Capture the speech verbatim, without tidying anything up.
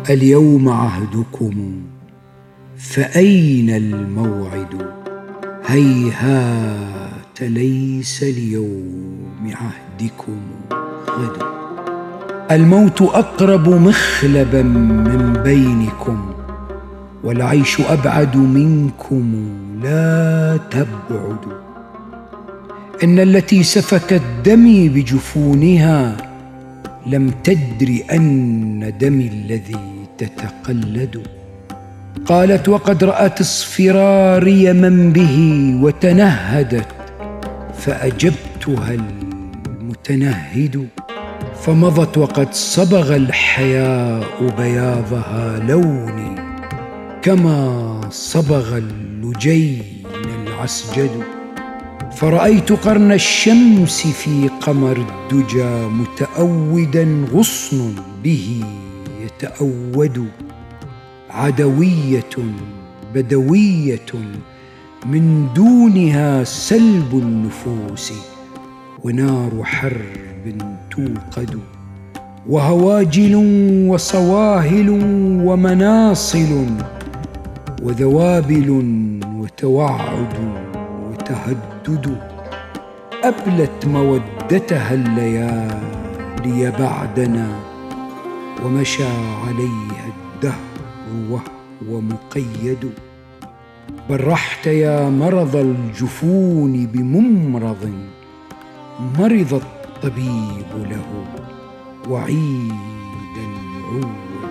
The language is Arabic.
اليوم عهدكم فأين الموعد؟ هيهات ليس اليوم عهدكم غد. الموت أقرب مخلبا من بينكم، والعيش أبعد منكم لا تبعدوا. إن التي سفكت دمي بجفونها لم تدر أن دمي الذي تتقلد. قالت وقد رأت اصفراري من به وتنهدت، فأجبتها المتنهد. فمضت وقد صبغ الحياء بياضها لوني، كما صبغ اللجين العسجد. فرأيت قرن الشمس في قمر الدجى متأودا غصن به يتأود. عدوية بدوية من دونها سلب النفوس، ونار حرب توقد. وهواجل وصواهل ومناصل وذوابل وتوعد وتهدد. أبلت مودتها الليالي بعدنا، ومشى عليها الدهر وهو مقيد. برحت يا مرض الجفون بممرض مرض الطبيب له، وعيد العود